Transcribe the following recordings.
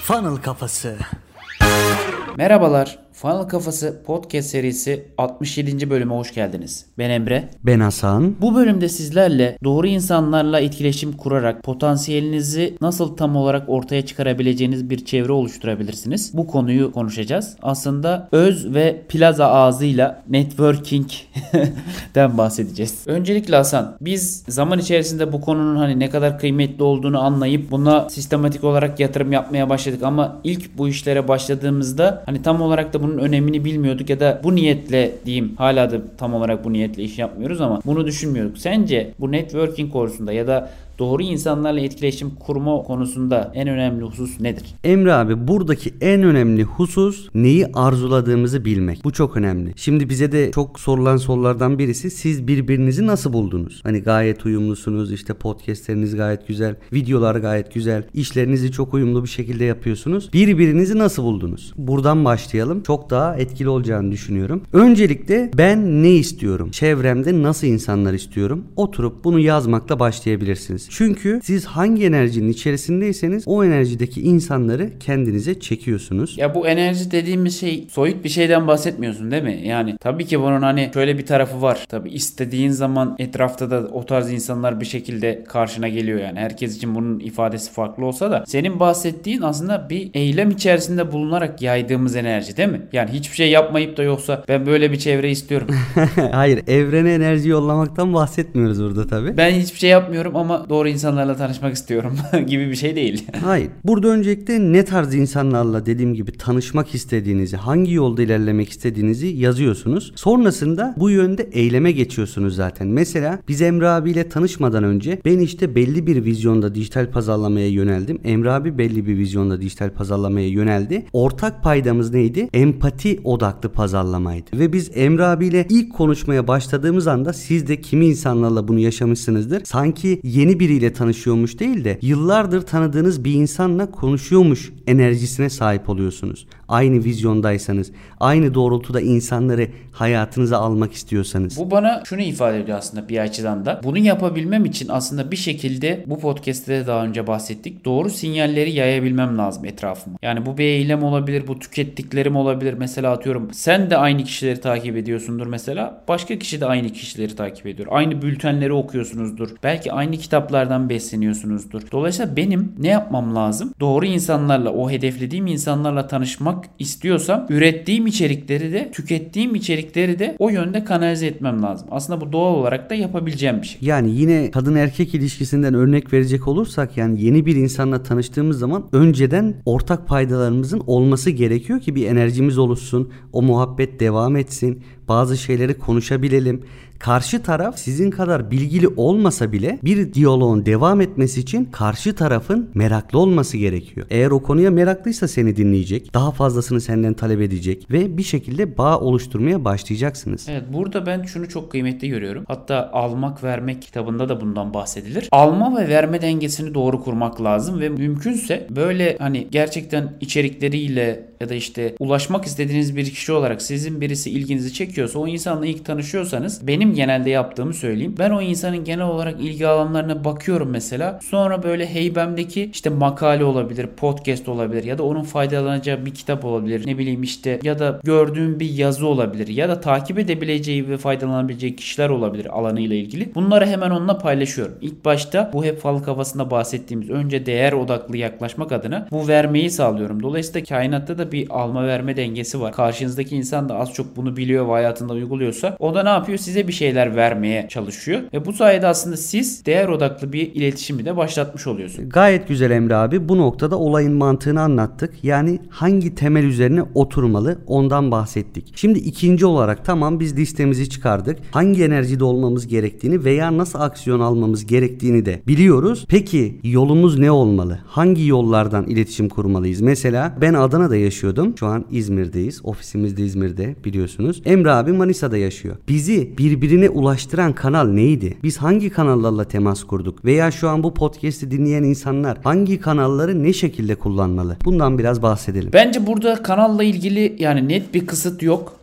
Funnel Kafası. Merhabalar, Funnel Kafası podcast serisi 67. bölüme hoş geldiniz. Ben Emre. Ben Hasan. Bu bölümde sizlerle doğru insanlarla etkileşim kurarak potansiyelinizi nasıl tam olarak ortaya çıkarabileceğiniz bir çevre oluşturabilirsiniz. Bu konuyu konuşacağız. Aslında öz ve plaza ağzıyla networking'den bahsedeceğiz. Öncelikle Hasan, biz zaman içerisinde bu konunun ne kadar kıymetli olduğunu anlayıp buna sistematik olarak yatırım yapmaya başladık ama ilk bu işlere başladığımızda tam olarak da bunun önemini bilmiyorduk ya da bu niyetle diyeyim, hala da tam olarak bu niyetle iş yapmıyoruz ama bunu düşünmüyorduk. Sence bu networking konusunda ya da doğru insanlarla etkileşim kurma konusunda en önemli husus nedir? Emre abi, buradaki en önemli husus neyi arzuladığımızı bilmek. Bu çok önemli. Şimdi bize de çok sorulan sorulardan birisi, siz birbirinizi nasıl buldunuz? Gayet uyumlusunuz, podcastleriniz gayet güzel, videolar gayet güzel, işlerinizi çok uyumlu bir şekilde yapıyorsunuz. Birbirinizi nasıl buldunuz? Buradan başlayalım. Çok daha etkili olacağını düşünüyorum. Öncelikle ben ne istiyorum? Çevremde nasıl insanlar istiyorum? Oturup bunu yazmakla başlayabilirsiniz. Çünkü siz hangi enerjinin içerisindeyseniz o enerjideki insanları kendinize çekiyorsunuz. Ya bu enerji dediğimiz şey soyut bir şeyden bahsetmiyorsun değil mi? Tabii ki bunun şöyle bir tarafı var. Tabii istediğin zaman etrafta da o tarz insanlar bir şekilde karşına geliyor yani. Herkes için bunun ifadesi farklı olsa da senin bahsettiğin aslında bir eylem içerisinde bulunarak yaydığımız enerji değil mi? Yani hiçbir şey yapmayıp da yoksa ben böyle bir çevre istiyorum. Hayır, evrene enerji yollamaktan bahsetmiyoruz burada tabii. Ben hiçbir şey yapmıyorum ama doğru insanlarla tanışmak istiyorum gibi bir şey değil. Hayır. Burada öncelikle ne tarz insanlarla dediğim gibi tanışmak istediğinizi, hangi yolda ilerlemek istediğinizi yazıyorsunuz. Sonrasında bu yönde eyleme geçiyorsunuz zaten. Mesela biz Emre abiyle tanışmadan önce ben belli bir vizyonda dijital pazarlamaya yöneldim. Emre abi belli bir vizyonda dijital pazarlamaya yöneldi. Ortak paydamız neydi? Empati odaklı pazarlamaydı. Ve biz Emre abiyle ilk konuşmaya başladığımız anda siz de kimi insanlarla bunu yaşamışsınızdır. Sanki yeni biriyle tanışıyormuş değil de yıllardır tanıdığınız bir insanla konuşuyormuş enerjisine sahip oluyorsunuz. Aynı vizyondaysanız, aynı doğrultuda insanları hayatınıza almak istiyorsanız. Bu bana şunu ifade ediyor aslında bir açıdan da. Bunu yapabilmem için aslında bir şekilde bu podcast'te de daha önce bahsettik. Doğru sinyalleri yayabilmem lazım etrafıma. Yani bu bir eylem olabilir, bu tükettiklerim olabilir. Mesela atıyorum sen de aynı kişileri takip ediyorsundur mesela. Başka kişi de aynı kişileri takip ediyor. Aynı bültenleri okuyorsunuzdur. Belki aynı kitaplardan besleniyorsunuzdur. Dolayısıyla benim ne yapmam lazım? Doğru insanlarla, o hedeflediğim insanlarla tanışmak istiyorsam ürettiğim içerikleri de, tükettiğim içerikleri de o yönde kanalize etmem lazım. Aslında bu doğal olarak da yapabileceğim bir şey. Yani yine kadın erkek ilişkisinden örnek verecek olursak, yeni bir insanla tanıştığımız zaman önceden ortak paydalarımızın olması gerekiyor ki bir enerjimiz oluşsun, o muhabbet devam etsin, bazı şeyleri konuşabilelim. Karşı taraf sizin kadar bilgili olmasa bile bir diyaloğun devam etmesi için karşı tarafın meraklı olması gerekiyor. Eğer o konuya meraklıysa seni dinleyecek, daha fazlasını senden talep edecek ve bir şekilde bağ oluşturmaya başlayacaksınız. Evet, burada ben şunu çok kıymetli görüyorum. Hatta Almak Vermek kitabında da bundan bahsedilir. Alma ve verme dengesini doğru kurmak lazım ve mümkünse böyle gerçekten içerikleriyle ya da ulaşmak istediğiniz bir kişi olarak sizin birisi ilginizi çekiyorsa, o insanla ilk tanışıyorsanız, benim genelde yaptığımı söyleyeyim. Ben o insanın genel olarak ilgi alanlarına bakıyorum mesela. Sonra böyle heybemdeki makale olabilir, podcast olabilir ya da onun faydalanacağı bir kitap olabilir. Ne bileyim ya da gördüğüm bir yazı olabilir ya da takip edebileceği ve faydalanabileceği kişiler olabilir alanıyla ilgili. Bunları hemen onunla paylaşıyorum. İlk başta bu hep Funnel Kafasında bahsettiğimiz önce değer odaklı yaklaşmak adına bu vermeyi sağlıyorum. Dolayısıyla kainatta da bir alma verme dengesi var. Karşınızdaki insan da az çok bunu biliyor ve hayatında uyguluyorsa o da ne yapıyor? Size bir şeyler vermeye çalışıyor. Ve bu sayede aslında siz değer odaklı bir iletişimi de başlatmış oluyorsunuz. Gayet güzel Emre abi. Bu noktada olayın mantığını anlattık. Yani hangi temel üzerine oturmalı ondan bahsettik. Şimdi ikinci olarak tamam, biz listemizi çıkardık. Hangi enerjide olmamız gerektiğini veya nasıl aksiyon almamız gerektiğini de biliyoruz. Peki yolumuz ne olmalı? Hangi yollardan iletişim kurmalıyız? Mesela ben Adana'da yaşıyordum. Şu an İzmir'deyiz. Ofisimiz de İzmir'de biliyorsunuz. Emre abi Manisa'da yaşıyor. Bizi birbirine ulaştıran kanal neydi? Biz hangi kanallarla temas kurduk? Veya şu an bu podcast'i dinleyen insanlar hangi kanalları ne şekilde kullanmalı? Bundan biraz bahsedelim. Bence burada kanalla ilgili net bir kısıt yok.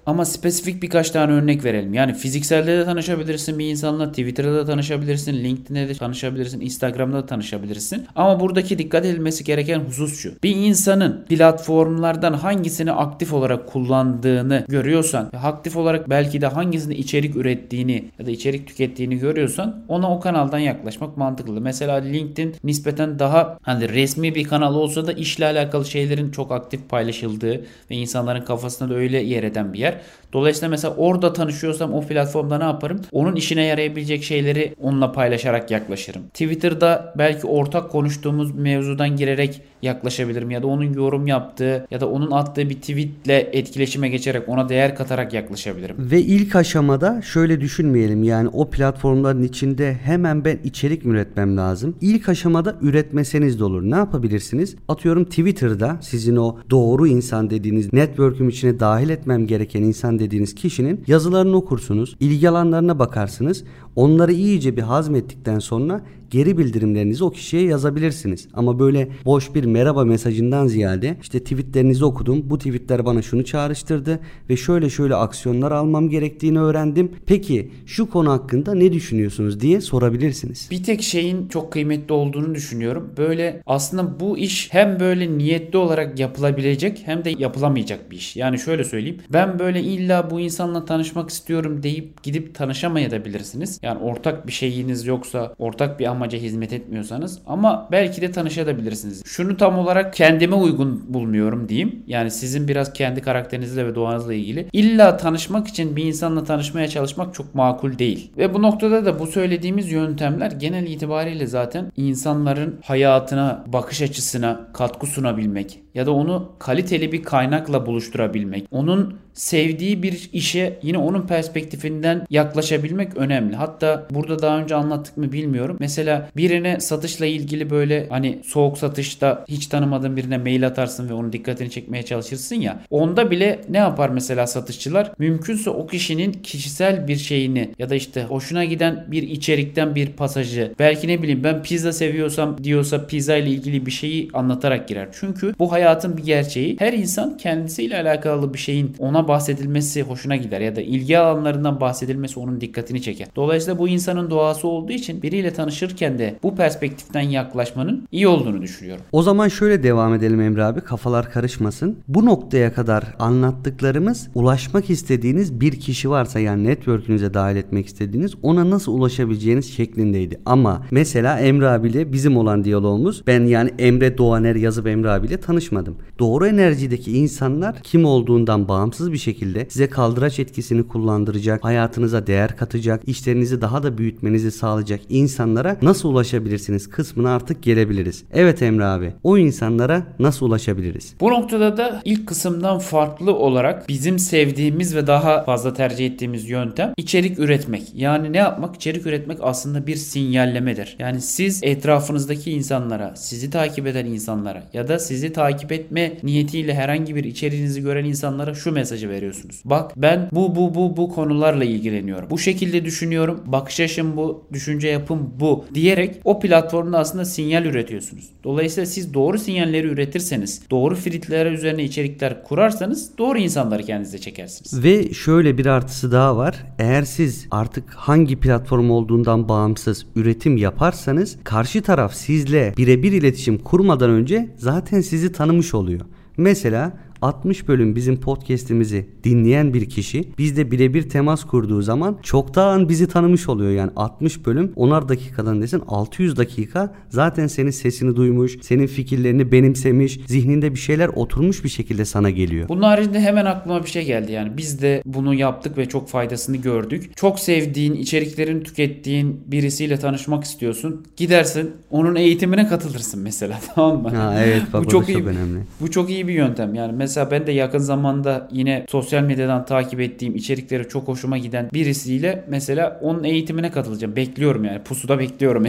ama spesifik birkaç tane örnek verelim. Yani fizikselde de tanışabilirsin bir insanla, Twitter'da da tanışabilirsin, LinkedIn'de de tanışabilirsin, Instagram'da da tanışabilirsin. Ama buradaki dikkat edilmesi gereken husus şu. Bir insanın platformlardan hangisini aktif olarak kullandığını görüyorsan ve aktif olarak belki de hangisinde içerik ürettiğini ya da içerik tükettiğini görüyorsan ona o kanaldan yaklaşmak mantıklı. Mesela LinkedIn nispeten daha hani resmi bir kanal olsa da işle alakalı şeylerin çok aktif paylaşıldığı ve insanların kafasında da öyle yer eden bir yer. Dolayısıyla mesela orada tanışıyorsam o platformda ne yaparım? Onun işine yarayabilecek şeyleri onunla paylaşarak yaklaşırım. Twitter'da belki ortak konuştuğumuz mevzudan girerek yaklaşabilirim ya da onun yorum yaptığı ya da onun attığı bir tweetle etkileşime geçerek ona değer katarak yaklaşabilirim. Ve ilk aşamada şöyle düşünmeyelim, yani o platformların içinde hemen ben içerik mi üretmem lazım? İlk aşamada üretmeseniz de olur. Ne yapabilirsiniz? Atıyorum Twitter'da sizin o doğru insan dediğiniz, network'üm içine dahil etmem gereken insan dediğiniz kişinin yazılarını okursunuz, ilgi alanlarına bakarsınız. Onları iyice bir hazmettikten sonra geri bildirimlerinizi o kişiye yazabilirsiniz. Ama böyle boş bir merhaba mesajından ziyade işte tweetlerinizi okudum, bu tweetler bana şunu çağrıştırdı ve şöyle aksiyonlar almam gerektiğini öğrendim. Peki şu konu hakkında ne düşünüyorsunuz diye sorabilirsiniz. Bir tek şeyin çok kıymetli olduğunu düşünüyorum. Böyle aslında bu iş hem böyle niyetli olarak yapılabilecek hem de yapılamayacak bir iş. Yani şöyle söyleyeyim. Ben böyle illa bu insanla tanışmak istiyorum deyip gidip tanışamayabilirsiniz. Yani ortak bir şeyiniz yoksa, ortak bir amaca hizmet etmiyorsanız, ama belki de tanışabilirsiniz. Şunu tam olarak kendime uygun bulmuyorum diyeyim. Yani sizin biraz kendi karakterinizle ve doğanızla ilgili. İlla tanışmak için bir insanla tanışmaya çalışmak çok makul değil. Ve bu noktada da bu söylediğimiz yöntemler genel itibariyle zaten insanların hayatına, bakış açısına katkı sunabilmek ya da onu kaliteli bir kaynakla buluşturabilmek, onun sevdiği bir işe yine onun perspektifinden yaklaşabilmek önemli. Hatta burada daha önce anlattık mı bilmiyorum. Mesela birine satışla ilgili böyle hani soğuk satışta hiç tanımadığın birine mail atarsın ve onun dikkatini çekmeye çalışırsın ya. Onda bile ne yapar mesela satışçılar? Mümkünse o kişinin kişisel bir şeyini ya da işte hoşuna giden bir içerikten bir pasajı, belki ne bileyim ben pizza seviyorsam diyorsa pizza ile ilgili bir şeyi anlatarak girer. Çünkü bu hayatın bir gerçeği. Her insan kendisiyle alakalı bir şeyin ona bahsedilmesi hoşuna gider ya da ilgi alanlarından bahsedilmesi onun dikkatini çeker. Dolayısıyla bu insanın doğası olduğu için biriyle tanışırken de bu perspektiften yaklaşmanın iyi olduğunu düşünüyorum. O zaman şöyle devam edelim Emre abi, kafalar karışmasın. Bu noktaya kadar anlattıklarımız ulaşmak istediğiniz bir kişi varsa, yani network'ünüze dahil etmek istediğiniz, ona nasıl ulaşabileceğiniz şeklindeydi. Ama mesela Emre abiyle bizim olan diyalogumuz, ben yani Emre Doğaner yazıp Emre abiyle tanışmadım. Doğru enerjideki insanlar kim olduğundan bağımsız bir şekilde size kaldıraç etkisini kullandıracak, hayatınıza değer katacak, işlerinizi daha da büyütmenizi sağlayacak insanlara nasıl ulaşabilirsiniz kısmına artık gelebiliriz. Evet Emre abi, o insanlara nasıl ulaşabiliriz? Bu noktada da ilk kısımdan farklı olarak bizim sevdiğimiz ve daha fazla tercih ettiğimiz yöntem içerik üretmek. Yani ne yapmak? İçerik üretmek aslında bir sinyallemedir. Yani siz etrafınızdaki insanlara, sizi takip eden insanlara ya da sizi takip etme niyetiyle herhangi bir içeriğinizi gören insanlara şu mesajı veriyorsunuz. Bak ben bu konularla ilgileniyorum. Bu şekilde düşünüyorum. Bakış açım bu, düşünce yapım bu diyerek o platformda aslında sinyal üretiyorsunuz. Dolayısıyla siz doğru sinyalleri üretirseniz, doğru filtreler üzerine içerikler kurarsanız doğru insanları kendinize çekersiniz. Ve şöyle bir artısı daha var. Eğer siz artık hangi platform olduğundan bağımsız üretim yaparsanız, karşı taraf sizle birebir iletişim kurmadan önce zaten sizi tanımış oluyor. Mesela 60 bölüm bizim podcast'imizi dinleyen bir kişi bizde birebir temas kurduğu zaman çoktan bizi tanımış oluyor. Yani 60 bölüm 10'ar dakikadan desin 600 dakika zaten senin sesini duymuş, senin fikirlerini benimsemiş, zihninde bir şeyler oturmuş bir şekilde sana geliyor. Bunun haricinde hemen aklıma bir şey geldi. Yani biz de bunu yaptık ve çok faydasını gördük. Çok sevdiğin, içeriklerini tükettiğin birisiyle tanışmak istiyorsun. Gidersin onun eğitimine katılırsın mesela, tamam mı? Ha, evet bak, bu çok iyi, önemli. Bu çok iyi bir yöntem. Yani mesela ben de yakın zamanda yine sosyal medyadan takip ettiğim, içerikleri çok hoşuma giden birisiyle mesela onun eğitimine katılacağım. Bekliyorum yani. Pusuda bekliyorum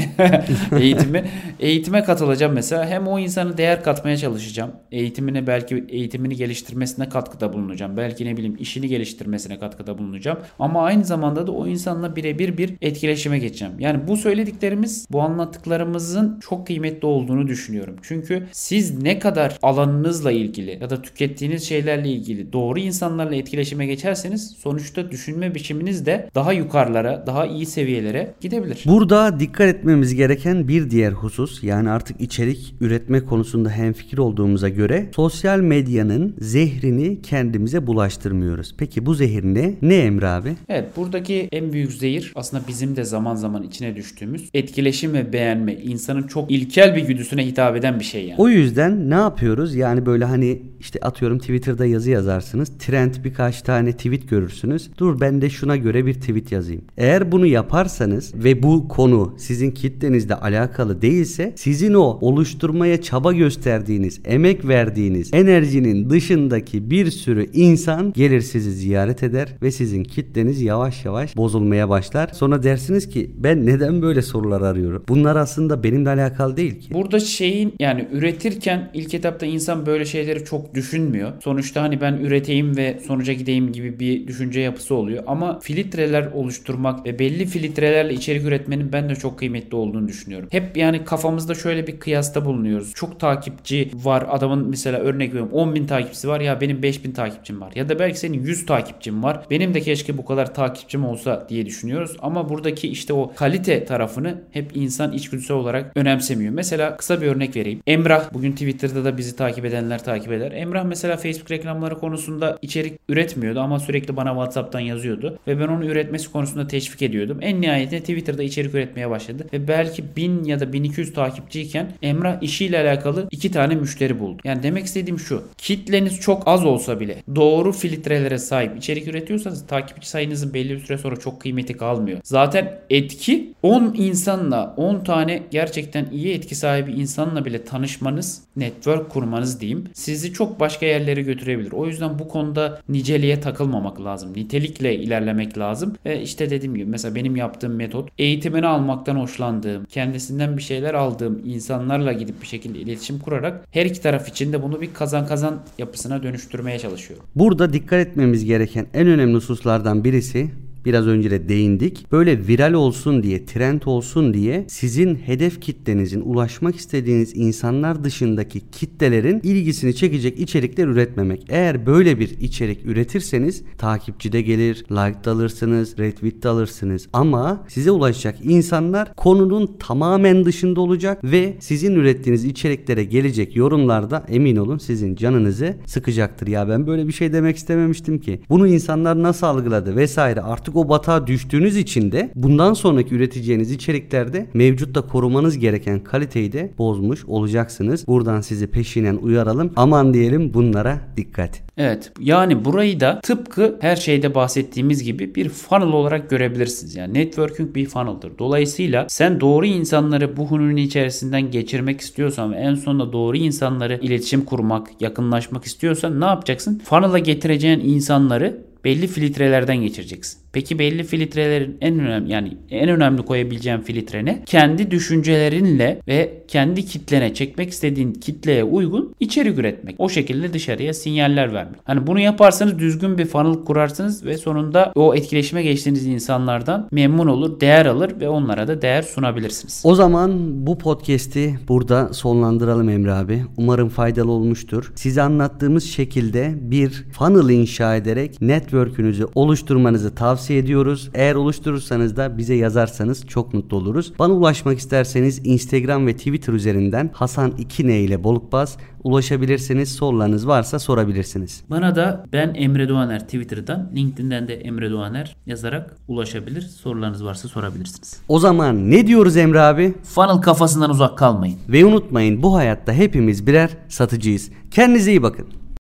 eğitime katılacağım mesela. Hem o insana değer katmaya çalışacağım. Eğitimine, belki eğitimini geliştirmesine katkıda bulunacağım. Belki ne bileyim işini geliştirmesine katkıda bulunacağım. Ama aynı zamanda da o insanla birebir bir etkileşime geçeceğim. Yani bu söylediklerimiz, bu anlattıklarımızın çok kıymetli olduğunu düşünüyorum. Çünkü siz ne kadar alanınızla ilgili ya da tükettiğiniz ürettiğiniz şeylerle ilgili doğru insanlarla etkileşime geçerseniz sonuçta düşünme biçiminiz de daha yukarılara, daha iyi seviyelere gidebilir. Burada dikkat etmemiz gereken bir diğer husus, yani artık içerik üretme konusunda hemfikir olduğumuza göre sosyal medyanın zehrini kendimize bulaştırmıyoruz. Peki bu zehir ne? Ne Emre abi? Evet, buradaki en büyük zehir aslında bizim de zaman zaman içine düştüğümüz etkileşim ve beğenme. İnsanın çok ilkel bir güdüsüne hitap eden bir şey yani. O yüzden ne yapıyoruz? Yani böyle hani işte atıyorum Twitter'da yazı yazarsınız. Trend birkaç tane tweet görürsünüz. Dur ben de şuna göre bir tweet yazayım. Eğer bunu yaparsanız ve bu konu sizin kitlenizle alakalı değilse, sizin o oluşturmaya çaba gösterdiğiniz, emek verdiğiniz enerjinin dışındaki bir sürü insan gelir sizi ziyaret eder ve sizin kitleniz yavaş yavaş bozulmaya başlar. Sonra dersiniz ki ben neden böyle sorular arıyorum? Bunlar aslında benimle alakalı değil ki. Burada yani üretirken ilk etapta insan böyle şeyleri çok düşünmüyor. Sonuçta hani ben üreteyim ve sonuca gideyim gibi bir düşünce yapısı oluyor. Ama filtreler oluşturmak ve belli filtrelerle içerik üretmenin ben de çok kıymetli olduğunu düşünüyorum. Hep yani kafamızda şöyle bir kıyasta bulunuyoruz. Çok takipçi var. Adamın mesela örnek veriyorum 10.000 takipçisi var, ya benim 5.000 takipçim var. Ya da belki senin 100 takipçin var. Benim de keşke bu kadar takipçim olsa diye düşünüyoruz. Ama buradaki işte o kalite tarafını hep insan içgüdüsel olarak önemsemiyor. Mesela kısa bir örnek vereyim. Emrah, bugün Twitter'da da bizi takip edenler takip eder. Emrah mesela Facebook reklamları konusunda içerik üretmiyordu ama sürekli bana WhatsApp'tan yazıyordu ve ben onu üretmesi konusunda teşvik ediyordum. En nihayetinde Twitter'da içerik üretmeye başladı ve belki 1000 ya da 1200 takipçiyken Emrah işiyle alakalı 2 tane müşteri buldu. Yani demek istediğim şu: kitleniz çok az olsa bile doğru filtrelere sahip içerik üretiyorsanız takipçi sayınızın belli bir süre sonra çok kıymeti kalmıyor. Zaten etki 10 insanla, 10 tane gerçekten iyi etki sahibi insanla bile tanışmanız, network kurmanız diyeyim, sizi çok başka yerlere götürebilir. O yüzden bu konuda niceliğe takılmamak lazım. Nitelikle ilerlemek lazım. Ve işte dediğim gibi mesela benim yaptığım metot, eğitimini almaktan hoşlandığım, kendisinden bir şeyler aldığım insanlarla gidip bir şekilde iletişim kurarak her iki taraf için de bunu bir kazan kazan yapısına dönüştürmeye çalışıyorum. Burada dikkat etmemiz gereken en önemli hususlardan birisi, biraz önce de değindik. Böyle viral olsun diye, trend olsun diye sizin hedef kitlenizin, ulaşmak istediğiniz insanlar dışındaki kitlelerin ilgisini çekecek içerikler üretmemek. Eğer böyle bir içerik üretirseniz takipçi de gelir, like de alırsınız, retweet de alırsınız. Ama size ulaşacak insanlar konunun tamamen dışında olacak ve sizin ürettiğiniz içeriklere gelecek yorumlarda emin olun sizin canınızı sıkacaktır. Ya ben böyle bir şey demek istememiştim ki. Bunu insanlar nasıl algıladı vesaire. Artık o batağa düştüğünüz için de bundan sonraki üreteceğiniz içeriklerde mevcutta korumanız gereken kaliteyi de bozmuş olacaksınız. Buradan sizi peşinen uyaralım. Aman diyelim, bunlara dikkat. Evet, yani burayı da tıpkı her şeyde bahsettiğimiz gibi bir funnel olarak görebilirsiniz. Yani networking bir funnel'dır. Dolayısıyla sen doğru insanları bu funnel'in içerisinden geçirmek istiyorsan ve en sonunda doğru insanları iletişim kurmak, yakınlaşmak istiyorsan ne yapacaksın? Funnel'a getireceğin insanları belli filtrelerden geçireceksin. Peki belli filtrelerin en önemli koyabileceğin filtre ne? Kendi düşüncelerinle ve kendi kitlene, çekmek istediğin kitleye uygun içerik üretmek. O şekilde dışarıya sinyaller vermek. Hani bunu yaparsanız düzgün bir funnel kurarsınız ve sonunda o etkileşime geçtiğiniz insanlardan memnun olur, değer alır ve onlara da değer sunabilirsiniz. O zaman bu podcast'i burada sonlandıralım Emre abi. Umarım faydalı olmuştur. Size anlattığımız şekilde bir funnel inşa ederek network'ünüzü oluşturmanızı tavsiye ediyoruz. Eğer oluşturursanız da bize yazarsanız çok mutlu oluruz. Bana ulaşmak isterseniz Instagram ve Twitter üzerinden Hasan2N ile Bolukbaz ulaşabilirsiniz. Sorularınız varsa sorabilirsiniz. Bana da ben Emre Doğaner Twitter'dan, LinkedIn'den de Emre Doğaner yazarak ulaşabilir. Sorularınız varsa sorabilirsiniz. O zaman ne diyoruz Emre abi? Funnel kafasından uzak kalmayın. Ve unutmayın, bu hayatta hepimiz birer satıcıyız. Kendinize iyi bakın.